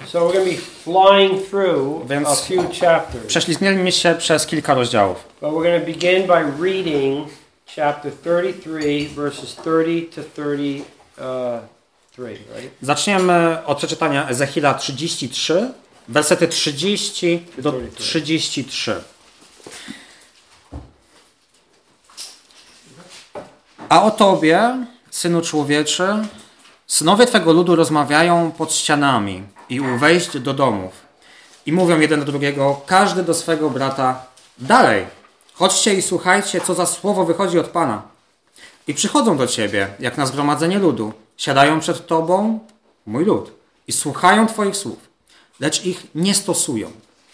So we're going to be flying through Więc a few chapters. Prześlizgniemy się przez kilka rozdziałów. But we're going to begin by reading chapter 33, verses 30 to 33, right? Zaczniemy od przeczytania Ezechiela 33, wersety 30 do 33. A o tobie, synu człowieczy, synowie twego ludu rozmawiają pod ścianami i u wejść do domów. I mówią jeden do drugiego, każdy do swego brata, dalej, chodźcie i słuchajcie, co za słowo wychodzi od Pana. I przychodzą do ciebie, jak na zgromadzenie ludu, siadają przed tobą, mój lud, i słuchają twoich słów, lecz ich nie stosują,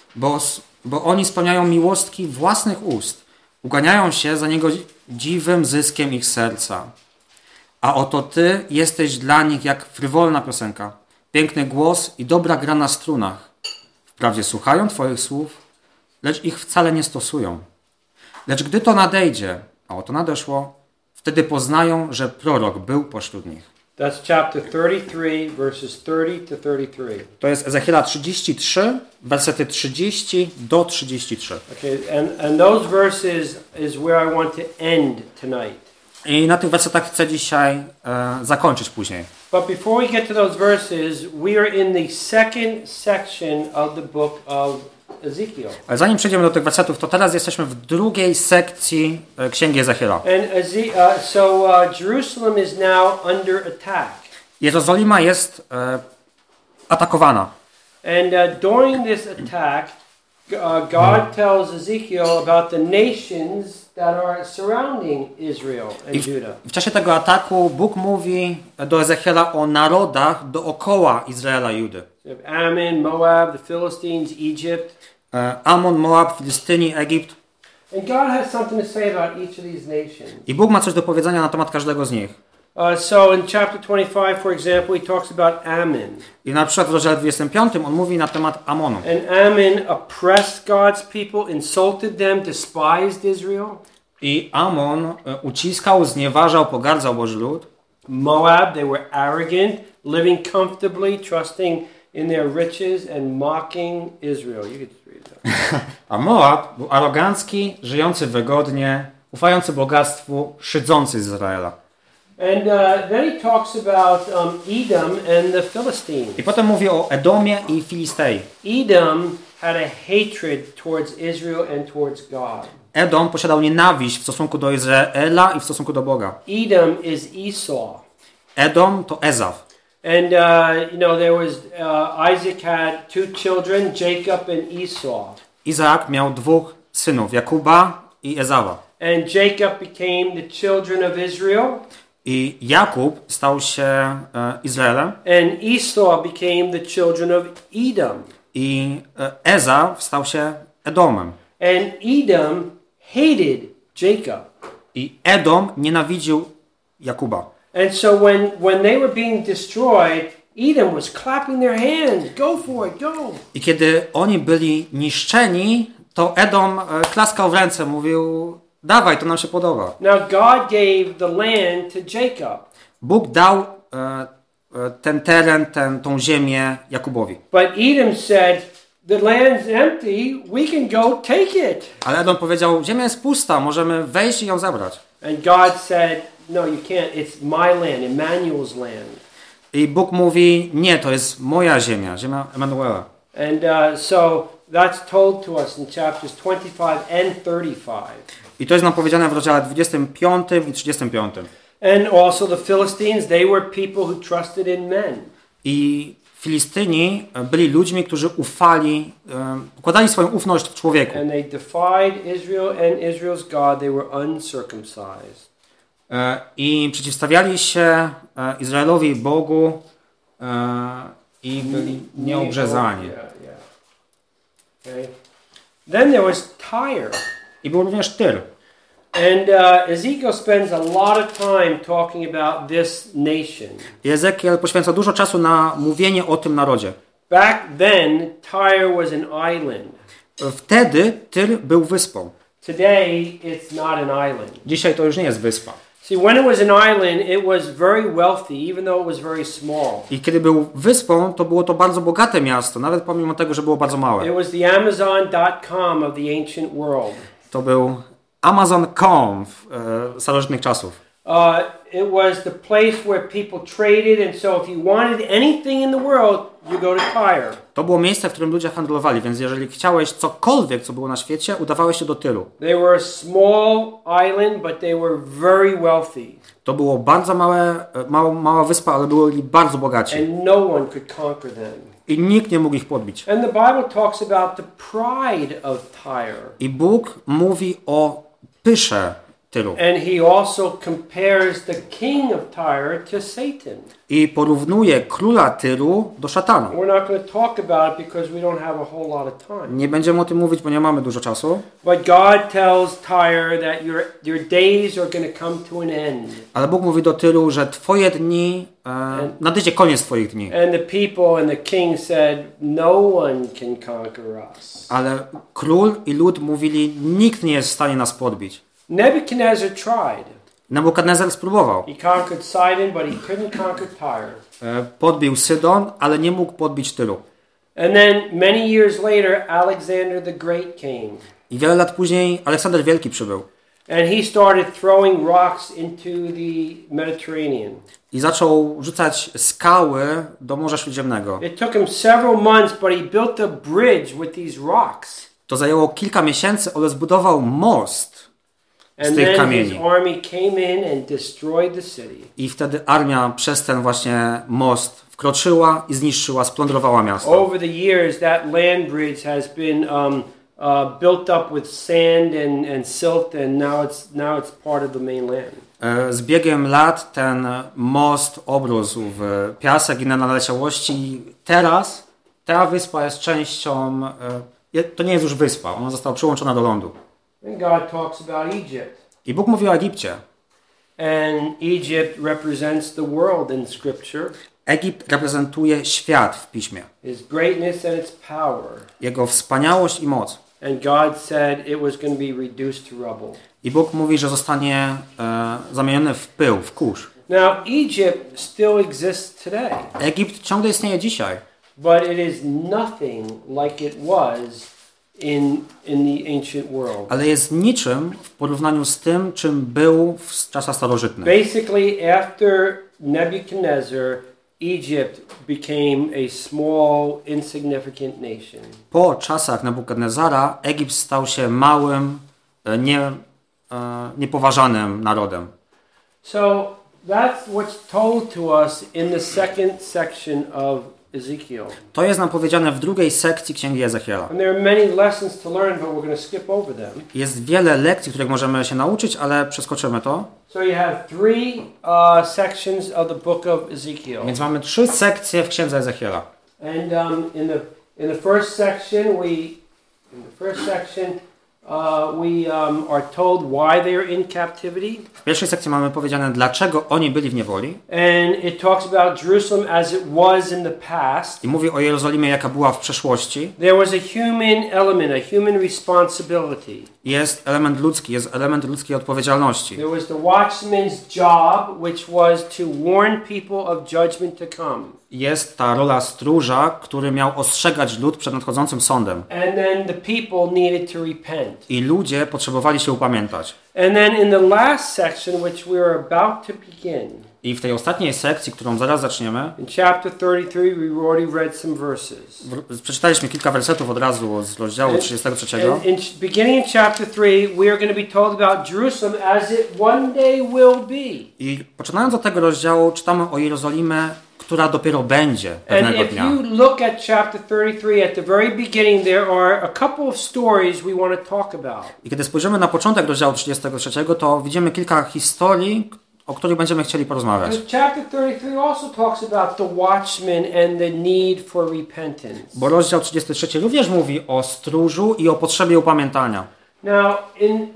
bo oni spełniają miłostki własnych ust, uganiają się za niegodziwym zyskiem ich serca. A oto ty jesteś dla nich jak frywolna piosenka, piękny głos i dobra gra na strunach. Wprawdzie słuchają twoich słów, lecz ich wcale nie stosują. Lecz gdy to nadejdzie, a oto nadeszło, wtedy poznają, że prorok był pośród nich. That's chapter 33, verses 30 to 33. To jest Ezechiela 33, wersety 30 do 33. Okay, and those verses is where I want to end tonight. I na tych wersetach chcę dzisiaj zakończyć później. But before we get to those verses, we are in the second section of the book of Ezekiel. Ale zanim przejdziemy do tych wersetów, to teraz jesteśmy w drugiej sekcji Księgi Ezechiela. And Jerusalem is now under attack. Jerozolima jest atakowana. And during this attack, God tells Ezekiel about the nations that are surrounding Israel and Judah. W czasie tego ataku Bóg mówi do Ezechiela o narodach dookoła Izraela i Judy. Ammon, Moab, the Philistines, Egypt. Amon, Moab, Filistyni, Egipt. And God has something to say about each of these nations. I Bóg ma coś do powiedzenia na temat każdego z nich. So in chapter 25, for example, he talks about Ammon. I na przykład w rozdziale 25 on mówi na temat Amonu. And Ammon oppressed God's people, insulted them, despised Israel. I Amon uciskał, znieważał, pogardzał Boży lud. Moab, they were arrogant, living comfortably, trusting in their riches and mocking Israel. You could read that. A Moab był arogancki, żyjący wygodnie, ufający bogactwu, szydzący Izraela. And then he talks about Edom and the Philistines. I potem mówi o Edomie i Filistei. Edom had a hatred towards Israel and towards God. Edom posiadał nienawiść w stosunku do Izraela i w stosunku do Boga. Edom is Esau. Edom to Ezaw. And there was Isaac had two children, Jacob and Esau. Izaak miał dwóch synów, Jakuba i Ezawa. And Jacob became the children of Israel. I Jakub stał się Izraelem. And Esau became the children of Edom. I Ezaw stał się Edomem. And Edom hated Jacob. I Edom nienawidził Jakuba. And so when they were being destroyed, Edom was clapping their hands. Go for it, go. I kiedy oni byli niszczeni, to Edom klaskał w ręce, mówił: dawaj, to nam się podoba. Now God gave the land to Jacob. Bóg dał ten teren, tą ziemię Jakubowi. But Edom said, the land's empty, we can go take it. Ale Edom powiedział: ziemia jest pusta, możemy wejść i ją zabrać. And God said, no, you can't. It's my land, Emmanuel's land. I Bóg mówi: nie, to jest moja ziemia, ziemia Emanuela. And so that's told to us in chapters 25 and 35. I to jest nam powiedziane w rozdziale 25 i 35. And also the Philistines, they were people who trusted in men. I Filistyni byli ludźmi, którzy ufali, układali swoją ufność w człowieku. And they defied Israel and Israel's God. They were uncircumcised. I przeciwstawiali się Izraelowi i Bogu i byli nieobrzezani. Okay. Then there was Tyre. I był również Tyr. And Ezekiel spends a lot of time talking about this nation. I Ezekiel poświęca dużo czasu na mówienie o tym narodzie. Back then, Tyre was an island. Wtedy Tyr był wyspą. Today, it's not an island. Dzisiaj to już nie jest wyspa. See, when it was an island, it was very wealthy, even though it was very small. I kiedy był wyspą, to było to bardzo bogate miasto, nawet pomimo tego, że było bardzo małe. It was the Amazon.com of the ancient world. To był Amazon.com starożytnych czasów. It was the place where people traded, and so if you wanted anything in the world, you go to Tyre. To było miejsce, w którym ludzie handlowali, więc jeżeli chciałeś cokolwiek, co było na świecie, udawałeś się do Tyru. They were a small island, but they were very wealthy. To było bardzo mała wyspa, ale byli bardzo bogaci. And no one could conquer them. I nikt nie mógł ich podbić. And the Bible talks about the pride of Tyre. I Bóg mówi o pysze Tyru. And he also compares the king of Tyre to Satan. I porównuje króla Tyru do szatana. We're not going to talk about it because we don't have a whole lot of time. Nie będziemy o tym mówić, bo nie mamy dużo czasu. But God tells Tyre that your days are going to come to an end. Ale Bóg mówi do Tyru, że twoje dni, nadejdzie koniec twoich dni. And the people and the king said, no one can conquer us. Ale król i lud mówili, nikt nie jest w stanie nas podbić. Nebuchadnezzar tried. Nebukadnezar spróbował. He conquered Sidon, but he couldn't conquer Tyre. Podbił Sydon, ale nie mógł podbić Tyru. And then many years later, Alexander the Great came. I wiele lat później Aleksander Wielki przybył. And he started throwing rocks into the Mediterranean. I zaczął rzucać skały do Morza Śródziemnego. It took him several months, but he built a bridge with these rocks. To zajęło kilka miesięcy, ale zbudował most z And tych then kamieni. his army came in and destroyed the city. I wtedy armia przez ten właśnie most wkroczyła i zniszczyła, splądrowała miasto. Over the years, that land bridge has been built up with sand and silt, and now it's part of the mainland. Z biegiem lat ten most obrósł w piasek i naleciałości. Teraz ta wyspa jest częścią, to nie jest już wyspa, ona została przyłączona do lądu. And God talks about Egypt. I Bóg mówi o Egipcie. And Egypt represents the world in Scripture. Egipt reprezentuje świat w Piśmie. His greatness and its power. Jego wspaniałość i moc. And God said it was going to be reduced to rubble. I Bóg mówi, że zostanie zamieniony w pył, w kurz. Now Egypt still exists today. Egipt ciągle istnieje dzisiaj. But it is nothing like it was in the ancient world. Ale jest niczym w porównaniu z tym, czym był w czasach starożytnych. Basically, after Nebuchadnezzar, Egypt became a small, insignificant nation. Po czasach Nebukadnezara Egipt stał się małym, niepoważanym narodem. So that's what's told to us in the second section of Ezekiel. To jest nam powiedziane w drugiej sekcji Księgi Ezechiela. And there are many lessons to learn, but we're going to skip over them. Jest wiele lekcji, których możemy się nauczyć, ale przeskoczymy to. So you have three sections of the book of Ezekiel. Więc mamy 3 sekcje w Księdze Ezechiela. And in the first section we are told why they are in captivity. W pierwszej sekcji mamy powiedziane, dlaczego oni byli w niewoli. And it talks about Jerusalem as it was in the past. I mówi o Jerozolimie, jaka była w przeszłości. There was a human element, a human responsibility. Jest element ludzki, jest element ludzkiej odpowiedzialności. There was the watchman's job, which was to warn people of judgment to come. Jest ta rola stróża, który miał ostrzegać lud przed nadchodzącym sądem. And then the people needed to repent. I ludzie potrzebowali się upamiętać. And then in the last section, which we are about to begin. I w tej ostatniej sekcji, którą zaraz zaczniemy, In chapter 33, we've already read some verses. przeczytaliśmy kilka wersetów od razu z rozdziału 33. In beginning in chapter 3, we are going to be told about Jerusalem as it one day will be. I poczynając od tego rozdziału, czytamy o Jerozolimie, która dopiero będzie And pewnego if dnia. you look at chapter 33, at the very beginning, there are a couple of stories we want to talk about. I kiedy spojrzymy na początek rozdziału 33, to widzimy kilka historii, o których będziemy chcieli porozmawiać. Chapter 33 also talks about the watchman and the need for repentance. Bo rozdział 33 również mówi o stróżu i o potrzebie upamiętania. Now, in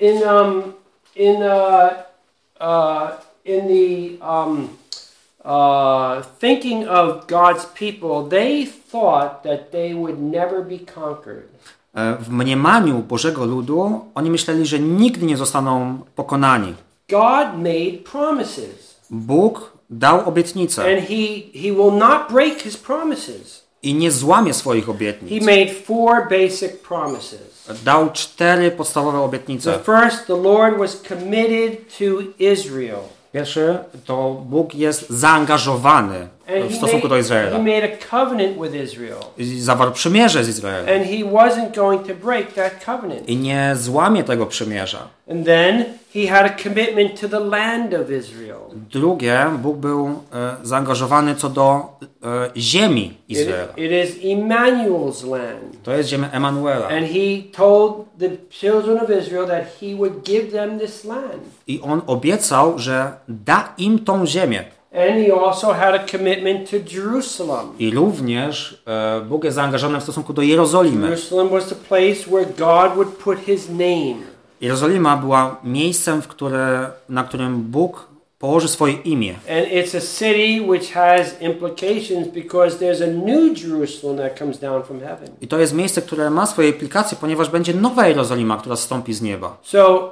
the thinking of God's people, they thought that they would never be conquered. W mniemaniu Bożego ludu oni myśleli, że nigdy nie zostaną pokonani. God made promises. Bóg dał obietnicę And he will not break his promises. i nie złamie swoich He obietnic. made 4 basic promises. Dał 4 podstawowe obietnice. The first, the Lord was committed to Israel. Pierwszy, to Bóg jest zaangażowany w stosunku do He Izraela. made a covenant with Israel. I zawarł przymierze z Izraelem. And he wasn't going to break that covenant. I nie złamie tego przymierza. And then he had a commitment to the land of Israel. Drugie, Bóg był zaangażowany co do ziemi Izraela. It is Emmanuel's land. To jest ziemia Emanuela. And he told the children of Israel that he would give them this land. I on obiecał, że da im tą ziemię. And he also had a commitment to Jerusalem. I również Bóg jest zaangażowany w stosunku do Jerozolimy. Jerusalem was the place where God would put his name. Jerozolima była miejscem, na którym Bóg położy swoje imię. And it's a city which has implications because there's a new Jerusalem that comes down from heaven. I to jest miejsce, które ma swoje implikacje, ponieważ będzie nowa Jerozolima, która zstąpi z nieba. So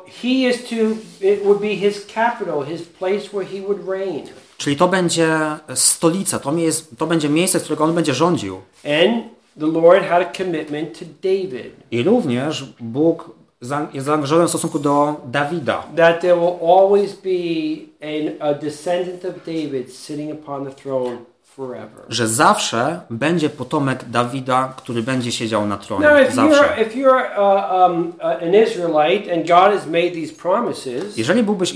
it would be his capital, his place where he would reign. Czyli to będzie stolica, to będzie miejsce, z którego on będzie rządził. And the Lord had a commitment to David. I również Bóg jest zaangażowany w stosunku do Dawida. That there will always be a descendant of David sitting upon the throne forever. Że zawsze będzie potomek Dawida, który będzie siedział na tronie. Now, Zawsze. if you're an Israelite and God has made these promises, Jeżeli byłbyś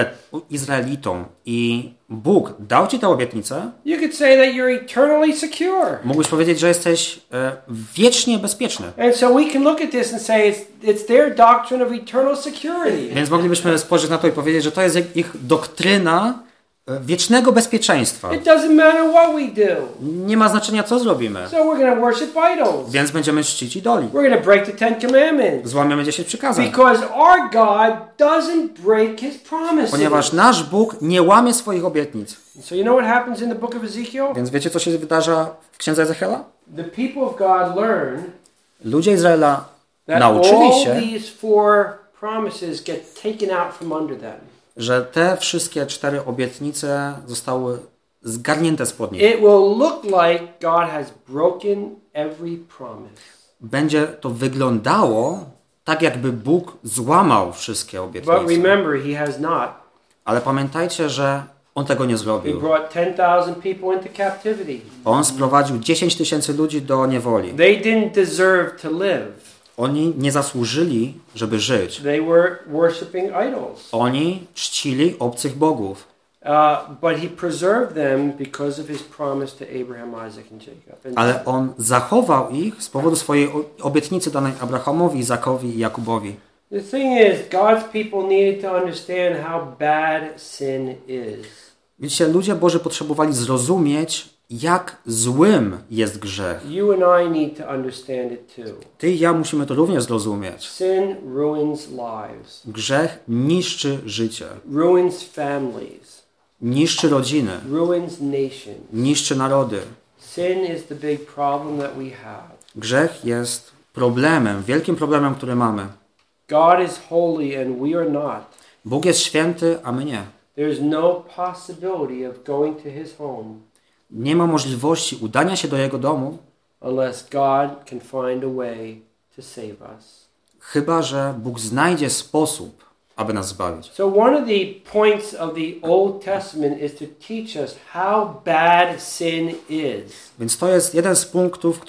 Izraelitą i Bóg dał ci tę obietnicę, you could say that you're eternally secure. mógłbyś powiedzieć, że jesteś wiecznie bezpieczny. And so we can look at this and say it's their doctrine of eternal security. Więc moglibyśmy spojrzeć na to i powiedzieć, że to jest ich doktryna wiecznego bezpieczeństwa. It doesn't matter what we do. Nie ma znaczenia, co zrobimy. So we're going to worship idols. Więc będziemy czcić idoli. We're going to break the 10 commandments. Złamiemy 10 przykazań. Because our God doesn't break his promises. Ponieważ nasz Bóg nie łamie swoich obietnic. So you know what happens in the book of Ezekiel? Więc wiecie, co się wydarza w księdze Ezechiela? The people of God learn Ludzie Izraela that nauczyli all się, these 4 promises get taken out from under them. że te wszystkie 4 obietnice zostały zgarnięte spod nich. It will look like God has broken every promise. Będzie to wyglądało tak, jakby Bóg złamał wszystkie But obietnice. remember, he has not. Ale pamiętajcie, że On tego nie He zrobił. brought 10,000 people into captivity. On sprowadził 10 000 ludzi do niewoli. They didn't deserve to live. Oni nie zasłużyli, żeby żyć. They were worshiping idols. Oni czcili obcych bogów. But he preserved them because of his promise to Abraham, Isaac and Jacob. Ale On zachował ich z powodu swojej obietnicy danej Abrahamowi, Izakowi i Jakubowi. The thing is, God's people needed to understand how bad sin is. Widzicie, ludzie Boży potrzebowali zrozumieć, jak złym jest grzech. You and I need to understand it too. Ty i ja musimy to również zrozumieć. Sin ruins lives, Grzech niszczy życie, ruins families, niszczy rodziny, ruins nations. niszczy narody. Sin is the big problem that we have. Grzech jest problemem, wielkim problemem, który mamy. God is holy and we are not. Bóg jest święty, a my nie. There's no possibility of going to his home Nie ma możliwości udania się do Jego domu, unless God can find a way to save us. chyba że Bóg znajdzie sposób, aby nas zbawić. So one of the points of the Old Testament is to teach us how bad sin is. Więc to jest jeden z punktów,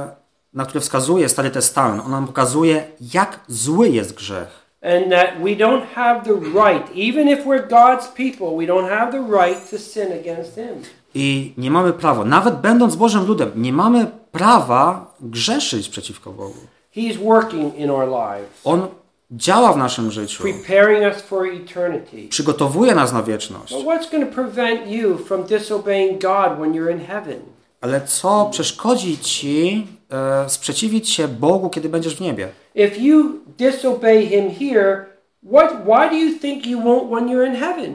na które wskazuje Stary Testament. On nam pokazuje, jak zły jest grzech. And that we don't have the right, even if we're God's people, we don't have the right to sin against him. I nie mamy prawa, nawet będąc Bożym ludem, nie mamy prawa grzeszyć przeciwko Bogu. He's working in our lives, On działa w naszym życiu, preparing us for eternity. przygotowuje nas na wieczność. But what's going to prevent you from disobeying God when you're in heaven? Ale co przeszkodzi ci sprzeciwić się Bogu, kiedy będziesz w niebie? If you disobey him here, why do you think you won't when you're in heaven?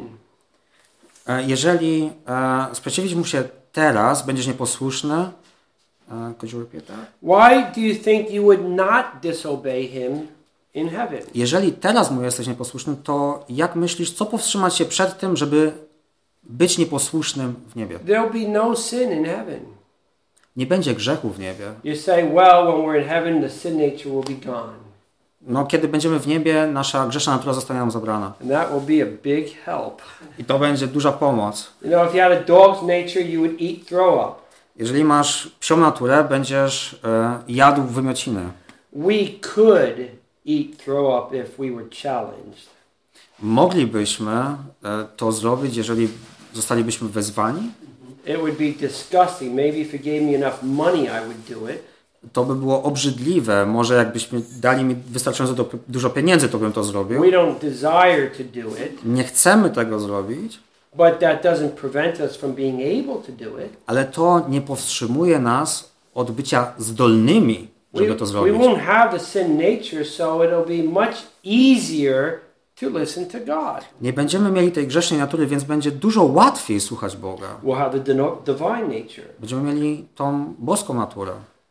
Jeżeli sprzeciwić mu się teraz, będziesz nieposłuszny. Could you repeat that? Why do you think you would not disobey him in heaven? Jeżeli teraz mu jesteś nieposłuszny, to jak myślisz, co powstrzymać się przed tym, żeby być nieposłusznym w niebie? There'll be no sin in heaven. Nie będzie grzechu w niebie. You say, well, when we're in heaven, the sin nature will be gone. No, kiedy będziemy w niebie, nasza grzeszna natura zostanie nam zabrana. And that will be a big help. I to będzie duża pomoc. You know, if you had a dog's nature, you would eat throw up. Jeżeli masz psią naturę, będziesz jadł wymiociny. We could eat throw up if we were challenged. Moglibyśmy to zrobić, jeżeli zostalibyśmy wezwani. It would be disgusting. Maybe if you gave me enough money, I would do it. To by było obrzydliwe. Może jakbyśmy dali mi wystarczająco dużo pieniędzy, to bym to zrobił. We don't desire to do it, Nie chcemy tego zrobić, but that doesn't prevent us from being able to do it. ale to nie powstrzymuje nas od bycia zdolnymi, żeby to We zrobić. won't have the sin nature, so it'll be much easier to listen to God. Nie będziemy mieli tej grzesznej natury, więc będzie dużo łatwiej słuchać Boga. We'll have the divine nature. Będziemy mieli tą boską naturę.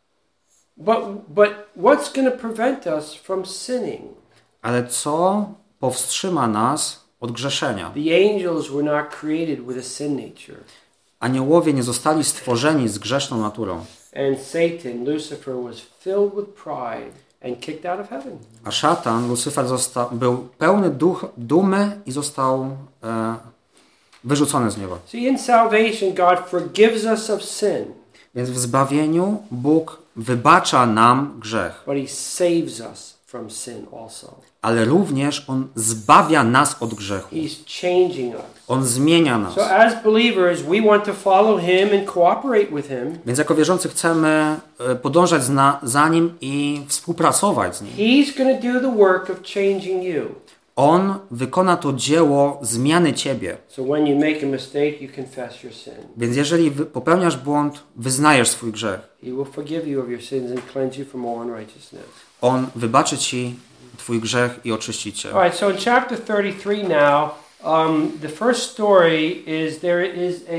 But what's going to prevent us from sinning? Ale co powstrzyma nas od grzeszenia? The angels were not created with a sin nature. Aniołowie nie zostali stworzeni z grzeszną naturą. And Satan, Lucifer, was filled with pride and kicked out of heaven. A szatan, Lucyfer, był pełny dumy i został wyrzucony z nieba. See, in salvation, God forgives us of sin, Więc w zbawieniu Bóg wybacza nam grzech, but He saves us from sin also. ale również On zbawia nas od grzechu. He's changing us. On zmienia nas. So as believers, we want to follow Him and cooperate with Him. Więc jako wierzący chcemy podążać za Nim i współpracować z Nim. He's going to do the work of changing you. On wykona to dzieło zmiany ciebie. So when you make a mistake, you confess your sin. Więc jeżeli popełniasz błąd, wyznajesz swój grzech. He will forgive you of your sins and cleanse you from all unrighteousness. On wybaczy ci twój grzech i oczyści cię. All right, so in chapter 33 now, the first story is there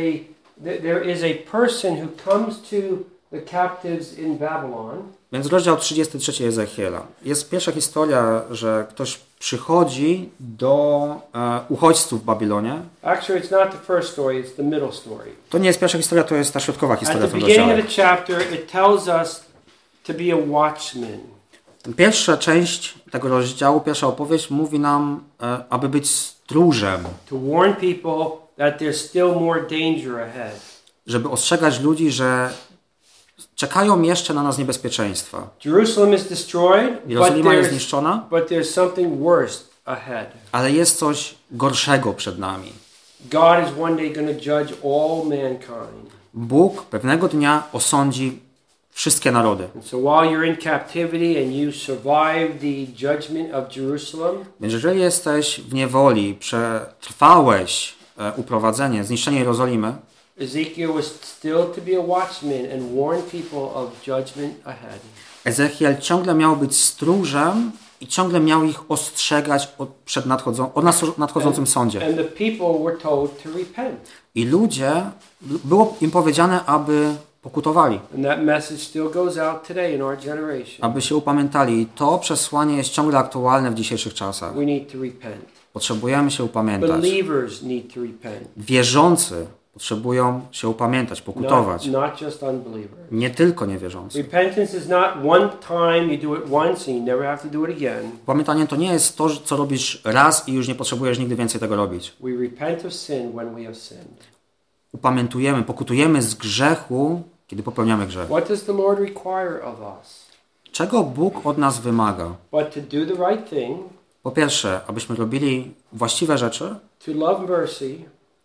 is a person who comes to the captives in Babylon. Więc rozdział 33 Ezechiela. Jest pierwsza historia, że ktoś przychodzi do uchodźców w Babilonie. Actually, it's not the first story, it's the middle story. To nie jest pierwsza historia, to jest ta środkowa At historia the w tym beginning rozdziale. of the chapter, it tells us to be a watchman. Pierwsza część tego rozdziału, pierwsza opowieść mówi nam, aby być stróżem, To warn people that there's still more danger ahead. żeby ostrzegać ludzi, że czekają jeszcze na nas niebezpieczeństwa. Jerusalem is destroyed, Jerozolima jest zniszczona, but there's something worse ahead. ale jest coś gorszego przed nami. God is one day going to judge all mankind. Bóg pewnego dnia osądzi wszystkie narody. And so while you're in captivity and you survive the judgment of Jerusalem, Więc jeżeli jesteś w niewoli, przetrwałeś uprowadzenie, zniszczenie Jerozolimy, Ezekiel was still to be a watchman and warn people of judgment ahead. Ezechiel ciągle miał być stróżem i ciągle miał ich ostrzegać przed nadchodzącym sądzie. And the people were told to repent. I ludzie, było im powiedziane, aby pokutowali, And that message still goes out today in our generation. aby się upamiętali. I to przesłanie jest ciągle aktualne w dzisiejszych czasach. We need to repent. Potrzebujemy się upamiętać. Believers need to repent. Wierzący potrzebują się upamiętać, pokutować. Not just unbelievers. Nie tylko niewierzący. Repentance is not one time you do it once and you never have to do it again. Upamiętanie to nie jest to, co robisz raz i już nie potrzebujesz nigdy więcej tego robić. We repent of sin when we have sinned. Upamiętujemy, pokutujemy z grzechu, kiedy popełniamy grzech. What does the Lord require of us? Czego Bóg od nas wymaga? But to do the right thing, Po pierwsze, abyśmy robili właściwe rzeczy, to love mercy,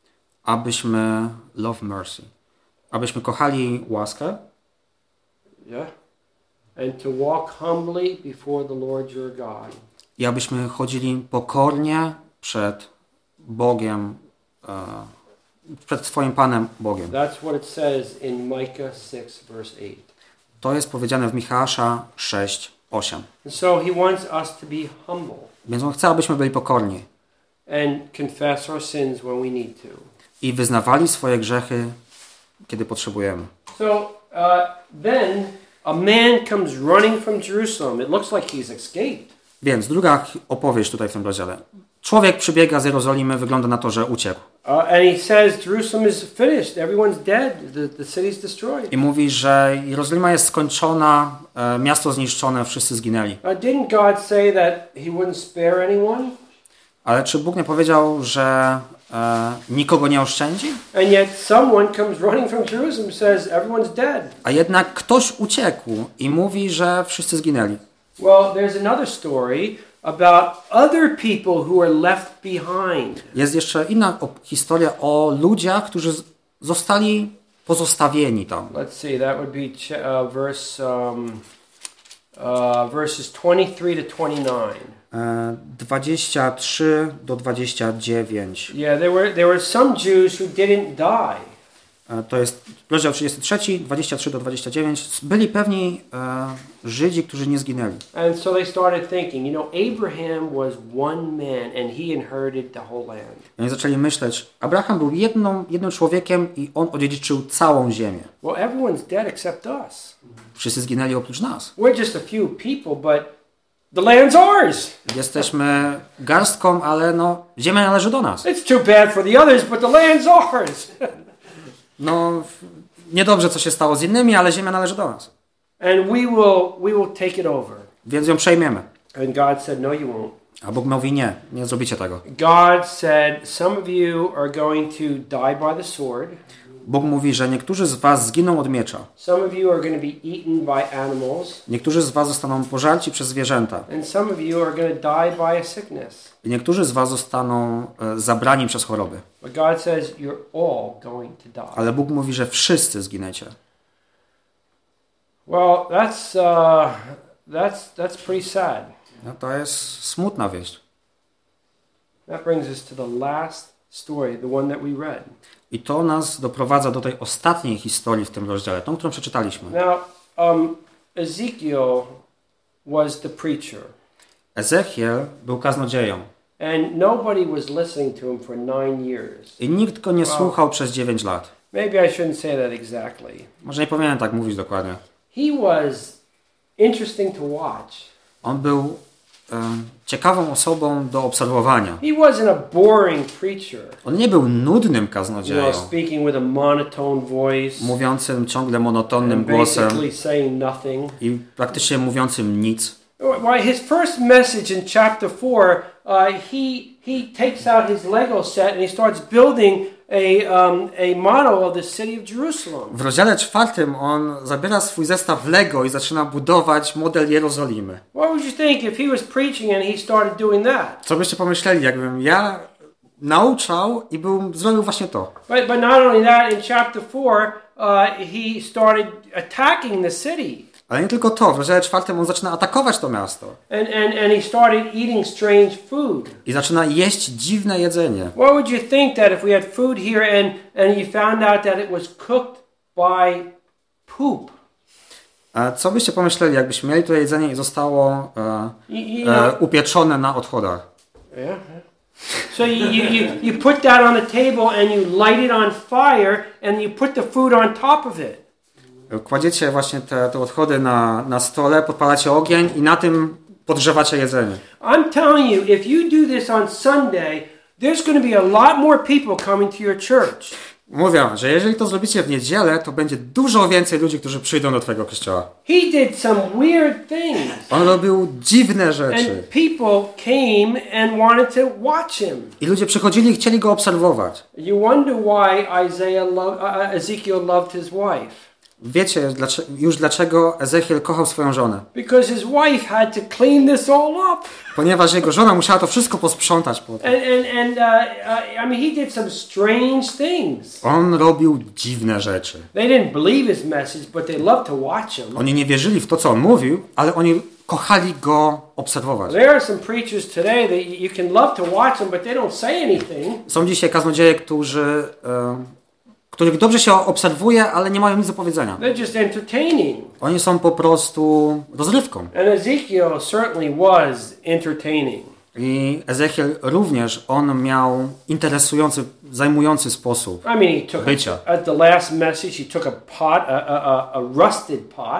abyśmy love mercy, abyśmy kochali łaskę yeah, and to walk humbly before the Lord your God. i abyśmy chodzili pokornie przed Bogiem, przed swoim Panem Bogiem. That's what it says in Micah 6 verse 8. To jest powiedziane w Michała 6:8. And so he wants us to be humble Więc On chce, abyśmy byli pokorni and confess our sins when we need to. i wyznawali swoje grzechy, kiedy potrzebujemy. So then a man comes running from Jerusalem. It looks like he's escaped. Więc druga opowieść tutaj w tym rozdziale. Człowiek przybiega z Jerozolimy, wygląda na to, że uciekł. And he says Jerusalem is finished. Everyone's dead. The city's destroyed. I mówi, że Jerozolima jest skończona, miasto zniszczone, wszyscy zginęli. Didn't God say that he wouldn't spare anyone? Ale czy Bóg nie powiedział, że nikogo nie oszczędzi? And yet someone comes running from Jerusalem and says everyone's dead. A jednak ktoś uciekł i mówi, że wszyscy zginęli. Well, there's another story about other people who are left behind. Jest jeszcze inna historia o ludziach, którzy zostali pozostawieni tam. Let's see, that would be verses 23 to 29. 23 do 29. Yeah, there were some Jews who didn't die. To jest rozdział 33, 23 do 29. Byli pewni Żydzi, którzy nie zginęli. And so they started thinking, Abraham was one man and he inherited the whole land. Oni zaczęli myśleć, Abraham był jednym człowiekiem i on odziedziczył całą ziemię. Well, everyone's dead except us. Wszyscy zginęli oprócz nas. We're just a few people, but the land's ours. Jesteśmy garstką, ale ziemia należy do nas. It's too bad for the others, but the land's ours. Niedobrze co się stało z innymi, ale ziemia należy do nas. And we will take it over. Więc ją przejmiemy. And God said, no, you won't. A Bóg mówi, nie zrobicie tego. God said, some of you are going to die by the sword. Bóg mówi, że niektórzy z was zginą od miecza. Some of you are going to be eaten by animals. Niektórzy z was zostaną pożarci przez zwierzęta. And some of you are going to die by a sickness. I niektórzy z was zostaną zabrani przez choroby. But God says you're all going to die. Ale Bóg mówi, że wszyscy zginiecie. Well, that's pretty sad. To jest smutna wieść. That brings us to the last story, the one that we read. I to nas doprowadza do tej ostatniej historii w tym rozdziale, tą, którą przeczytaliśmy. Now, Ezekiel was the preacher. Ezechiel był kaznodzieją. And nobody was listening to him for 9 years. I nikt go nie słuchał przez 9 lat. Maybe I shouldn't say that exactly. Może nie powinienem tak mówić dokładnie. He was interesting to watch. On był ciekawą osobą do obserwowania. He wasn't a boring preacher. On nie był nudnym kaznodzieją, Speaking with a monotone voice, mówiącym ciągle monotonnym głosem basically saying nothing. i praktycznie mówiącym nic. His first message in chapter 4, he takes out his Lego set and he starts building a model of the city of Jerusalem. W rozdziale 4 on zabiera swój zestaw Lego i zaczyna budować model Jerozolimy. What would you think if he was preaching and he started doing that? Co byście pomyśleli, jakbym ja nauczał i zrobił właśnie to? But not only that, in chapter 4, he started attacking the city. Ale nie tylko to, w rozdziale 4 on zaczyna atakować to miasto. And he started eating strange food. I zaczyna jeść dziwne jedzenie. What would you think that if we had food here and you found out that it was cooked by poop? A co byście pomyśleli, jakbyśmy mieli to jedzenie i zostało upieczone na odchodach? Yeah. So you put that on the table and you light it on fire and you put the food on top of it. Kładziecie właśnie te odchody na stole, podpalacie ogień i na tym podgrzewacie jedzenie. I'm telling you, if you do this on Sunday, there's going to be a lot more people coming to your church. Mówię, że jeżeli to zrobicie w niedzielę, to będzie dużo więcej ludzi, którzy przyjdą do twojego kościoła. He did some weird things. On robił dziwne rzeczy. And people came and wanted to watch him. I ludzie przychodzili i chcieli go obserwować. You wonder why Ezekiel loved his wife. Wiecie już dlaczego Ezechiel kochał swoją żonę. Because his wife had to clean this all up. Ponieważ jego żona musiała to wszystko posprzątać potem. I mean, he did some strange things. On robił dziwne rzeczy. They didn't believe his message, but they loved to watch him. Oni nie wierzyli w to, co on mówił, ale oni kochali go obserwować. There are some preachers today that you can love to watch them, but they don't say anything. Są dzisiaj kaznodzieje, których dobrze się obserwuje, ale nie mają nic do powiedzenia. They're just entertaining. Oni są po prostu rozrywką. And Ezekiel certainly was entertaining. I Ezechiel również, on miał interesujący, zajmujący sposób I mean, he took bycia. at the last message, he took a pot, a rusted pot.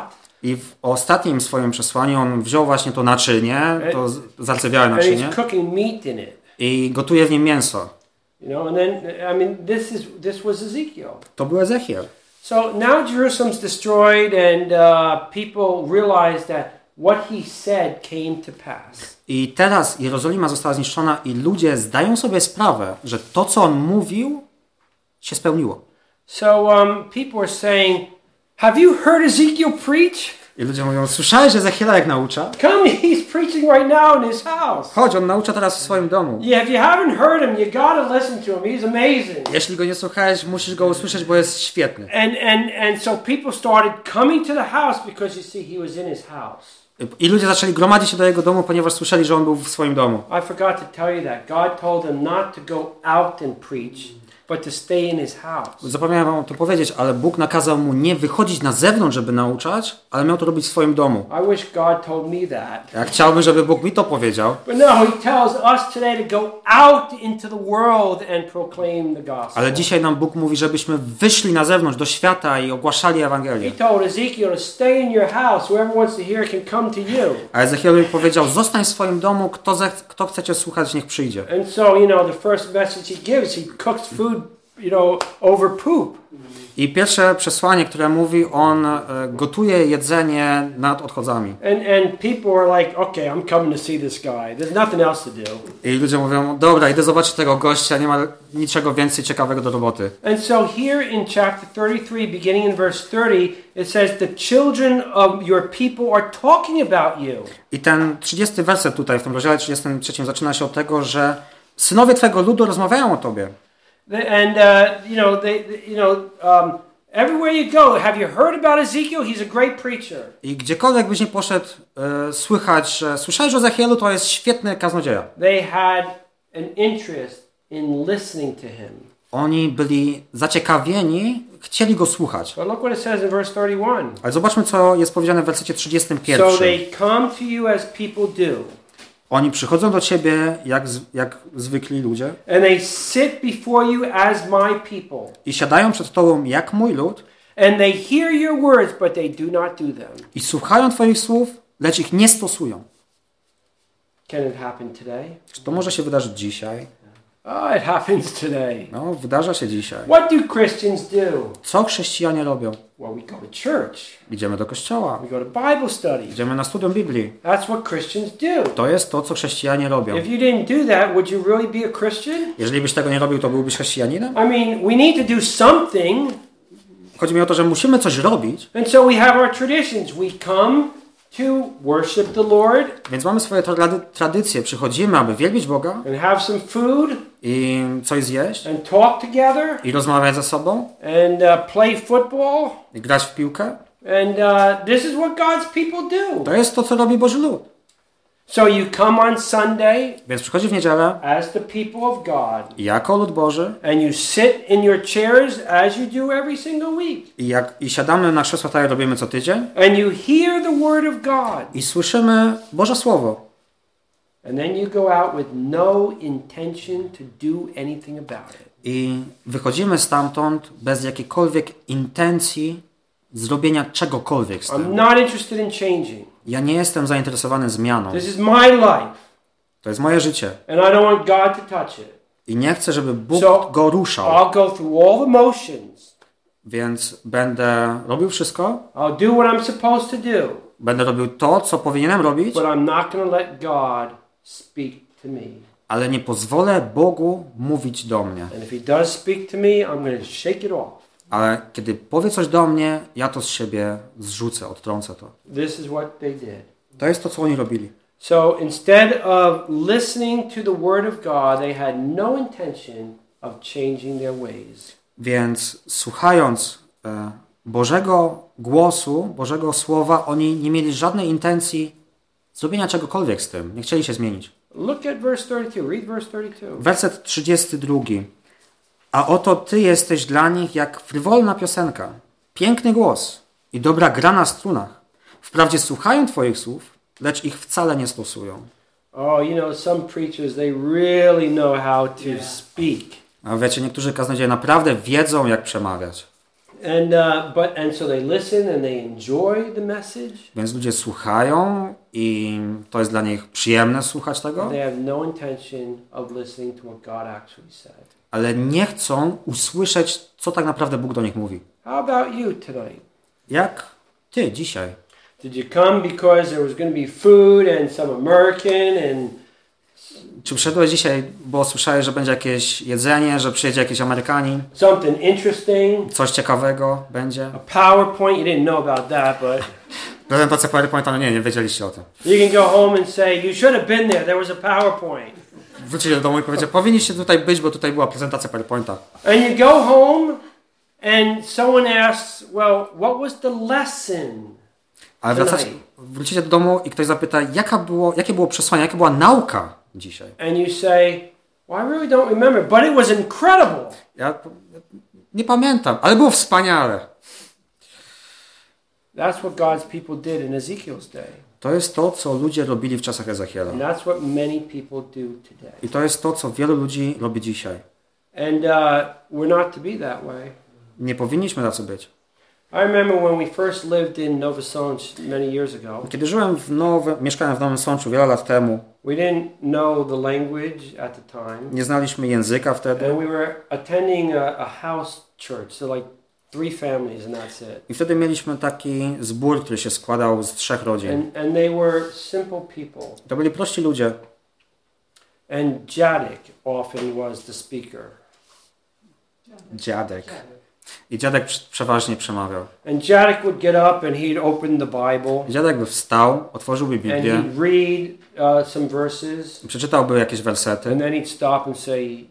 I w ostatnim swoim przesłaniu on wziął właśnie to naczynie, to zarcewiałe and naczynie he's cooking meat in it. i gotuje w nim mięso. You know, and then this was Ezekiel. To był Ezechiel. So now Jerusalem's destroyed, and people realize that what he said came to pass. I teraz Jerozolima została zniszczona i ludzie zdają sobie sprawę, że to, co on mówił, się spełniło. So people are saying, have you heard Ezekiel preach? I ludzie mówią, słyszałeś Ezechiela jak naucza? Come, he's preaching right now in his house. Chodź, on naucza teraz w swoim domu. Yeah, if you haven't heard him, you gotta listen to him. He's amazing. Jeśli go nie słuchałeś, musisz go usłyszeć, bo jest świetny. And so people started coming to the house because you see he was in his house. I ludzie zaczęli gromadzić się do jego domu, ponieważ słyszeli, że on był w swoim domu. I forgot to tell you that. God told him not to go out and preach, but to stay in his house. Zapomniałem wam to powiedzieć, ale Bóg nakazał mu nie wychodzić na zewnątrz, żeby nauczać, ale miał to robić w swoim domu. I wish God told me that. Ja chciałbym, żeby Bóg mi to powiedział. But no, he tells us today to go out into the world and proclaim the gospel. Ale dzisiaj nam Bóg mówi, żebyśmy wyszli na zewnątrz do świata i ogłaszali Ewangelię. He told Ezekiel to stay in your house. Whoever wants to hear can come to you. A Ezechielowi powiedział, zostań w swoim domu, kto chce cię słuchać, niech przyjdzie. And so, you know, the first message he gives, he cooks food, you know, over poop. I pierwsze przesłanie, które mówi, on gotuje jedzenie nad odchodami. And people are like, okay, I'm coming to see this guy. There's nothing else to do. I ludzie mówią, dobra, idę zobaczyć tego gościa, nie ma niczego więcej ciekawego do roboty. And so here in chapter 33, beginning in verse 30, it says, the children of your people are talking about you. I ten 30 werset tutaj, w tym rozdziale 33 zaczyna się od tego, że synowie twego ludu rozmawiają o tobie. And everywhere you go, have you heard about Ezekiel? He's a great preacher. I gdziekolwiek byś nie poszedł, słychać, że słyszałeś o Ezechielu, to jest świetny kaznodzieja. They had an interest in listening to him. Oni byli zaciekawieni, chcieli go słuchać. But look what it says in verse 31. Ale zobaczmy, co jest powiedziane w wersecie 31. So they come to you as people do. Oni przychodzą do ciebie jak zwykli ludzie. And they sit before you as my people. I siadają przed tobą jak mój lud. And they hear your words, but they do not do them. I słuchają twoich słów, lecz ich nie stosują. Can it happen today? Czy to może się wydarzyć dzisiaj? Oh, it happens today. No, wydarza się dzisiaj. What do Christians do? Co chrześcijanie robią? Well, we go to church. Idziemy do kościoła. We go to Bible study. Idziemy na studium Biblii. That's what Christians do. To jest to, co chrześcijanie robią. If you didn't do that, would you really be a Christian? Jeżeli byś tego nie robił, to byłbyś chrześcijaninem? I mean, we need to do something. Chodzi mi o to, że musimy coś robić. And so we have our traditions. We come to worship the Lord. Więc mamy swoje tradycje. Przychodzimy, aby wielbić Boga. And have some food. I coś zjeść. And talk together. I rozmawiać ze sobą. And play football. I grać w piłkę. And this is what God's people do. To jest to, co robi Boży lud. So you come on Sunday. Więc przychodzi w niedzielę. As the people of God. Jako lud Boży. And you sit in your chairs as you do every single week. I siadamy na krzesła, tak jak robimy co tydzień. And you hear the word of God. I słyszymy Boże Słowo. And then you go out with no intention to do anything about it. I wychodzimy stamtąd bez jakiejkolwiek intencji zrobienia czegokolwiek z I'm tym. not interested in changing. Ja nie jestem zainteresowany zmianą. This is my life. To jest moje życie. And I don't want God to touch it. I nie chcę, żeby Bóg So, go ruszał. I'll go through all the motions. Więc będę robił wszystko. I'll do what I'm supposed to do. Będę robił to, co powinienem robić. But I'm not going to let God speak to me. Ale nie pozwolę Bogu mówić do mnie. And if He does speak to me, I'm going to shake it off. Ale kiedy powie coś do mnie, ja to z siebie zrzucę, odtrącę to. This is what they did. To jest to, co oni robili. So instead of listening to the word of God, they had no intention of changing their ways. Więc słuchając Bożego głosu, Bożego słowa, oni nie mieli żadnej intencji zrobienia czegokolwiek z tym. Nie chcieli się zmienić. Look at verse 32. Read verse 32. Werset 32. A oto Ty jesteś dla nich jak frywolna piosenka, piękny głos i dobra gra na strunach. Wprawdzie słuchają Twoich słów, lecz ich wcale nie stosują. Oh, you know, some preachers, they really know how to speak. A wiecie, niektórzy kaznodzieje naprawdę wiedzą, jak przemawiać. And so they listen and they enjoy the message. Więc ludzie słuchają i to jest dla nich przyjemne słuchać tego. They have no intention of listening to what God actually said. Ale nie chcą usłyszeć, co tak naprawdę Bóg do nich mówi. How about you tonight? Jak ty dzisiaj? Did you come because there was going to be food and some American and Czy przyszedłeś dzisiaj, bo słyszałeś, że będzie jakieś jedzenie, że przyjedzie jakiś Amerykanin? something interesting? Coś ciekawego będzie? A PowerPoint? You didn't know about that, but Prezentacja PowerPointa, no nie wiedzieliście o tym. you can go home and say, you should have been there. There was a PowerPoint. Wrócicie do domu i powiecie, powinniście tutaj być, bo tutaj była prezentacja PowerPointa. And you go home and someone asks, well, what was the lesson? Ale wrócicie do domu i ktoś zapyta, jakie było przesłanie, jaka była nauka dzisiaj? And you say, well, I really don't remember, but it was incredible. Ja nie pamiętam, ale było wspaniale. That's what God's people did in Ezekiel's day. To jest to, co ludzie robili w czasach Ezechiela. And that's what many people do today. I to jest to, co wielu ludzi robi dzisiaj. And we're not to be that way. Nie powinniśmy tacy być. I remember when we first lived in Nova Sącz many years ago. Kiedy mieszkałem w Nowym Sączu wiele lat temu, We didn't know the language at the time. nie znaliśmy języka wtedy. And we were attending a house church, so like 3 families and that's it. I wtedy mieliśmy taki zbór, który się składał z 3 rodzin. And they were simple people. To byli prości ludzie. And Jadek often was the speaker. Dziadek. I dziadek przeważnie przemawiał. And Jadek would get up and he'd open the Bible. Dziadek by wstał, otworzyłby And Biblię, he'd read some verses. przeczytałby jakieś wersety And then he'd stop and say,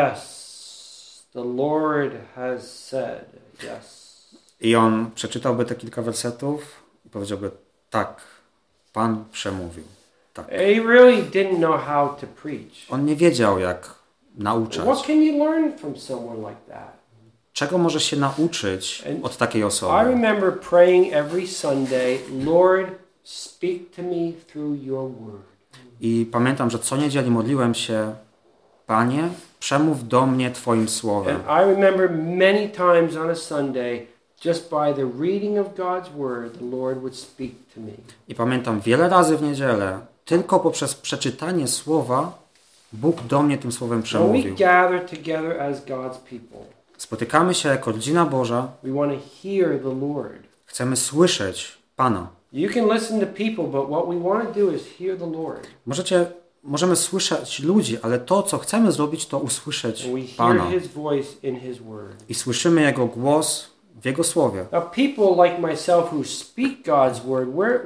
yes, the Lord has said, yes. i on przeczytałby te kilka wersetów i powiedziałby, tak, Pan przemówił. Tak. He really didn't know how to preach. On nie wiedział, jak nauczać. What can you learn from someone like that? Czego możesz się nauczyć od takiej I osoby? remember praying every Sunday, Lord, speak to me through your word. I pamiętam, że co niedzieli modliłem się, Panie, przemów do mnie Twoim słowem. And I remember many times on a Sunday, just by the reading of God's word, the Lord would speak to me. I pamiętam wiele razy w niedzielę, tylko poprzez przeczytanie słowa, Bóg do mnie tym słowem When we przemówił. gather together as God's people, Spotykamy się jako rodzina Boża, we want to hear the Lord. chcemy słyszeć Pana. You can listen to people, but what we want to do is hear the Lord. Możemy słyszeć ludzi, ale to, co chcemy zrobić, to usłyszeć And we hear Pana. His voice in His word. I słyszymy Jego głos w Jego słowie. Now, people like myself who speak God's word,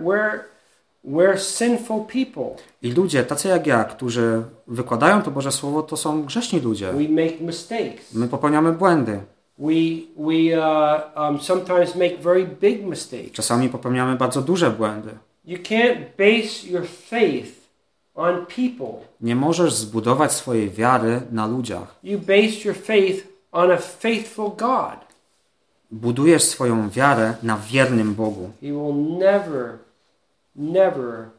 we're sinful people. I ludzie, tacy jak ja, którzy wykładają to Boże Słowo, to są grzeszni ludzie. We make mistakes. My popełniamy błędy. We sometimes make very big mistakes. Czasami popełniamy bardzo duże błędy. You can't base your faith on people. Nie możesz zbudować swojej wiary na ludziach. You base your faith on a faithful God. Budujesz swoją wiarę na wiernym Bogu. He will never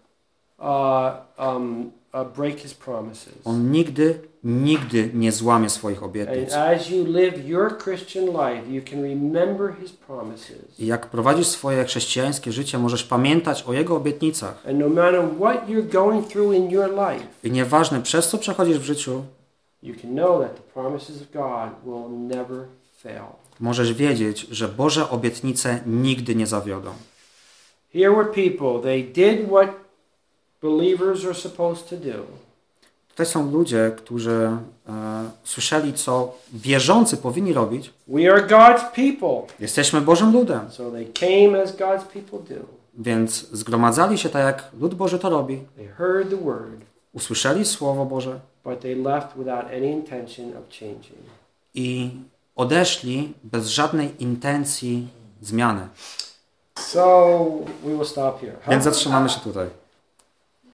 break His promises. On nigdy nie złamie swoich obietnic. And as you live your Christian life, you can remember His promises. I jak prowadzisz swoje chrześcijańskie życie, możesz pamiętać o Jego obietnicach. And no matter what you're going through in your life, I nieważne, przez co przechodzisz w życiu, you can know that the promises of God will never fail. możesz wiedzieć, że Boże obietnice nigdy nie zawiodą. Here were people, they did what believers are supposed to do. Tutaj są ludzie, którzy słyszeli, co wierzący powinni robić. We are God's people. Jesteśmy Bożym ludem. So they came as God's people do. Więc zgromadzali się tak, jak lud Boży to robi. They heard the word, Usłyszeli Słowo Boże but they left without any intention of changing. i odeszli bez żadnej intencji zmiany. So we will stop here. Więc zatrzymamy się tutaj.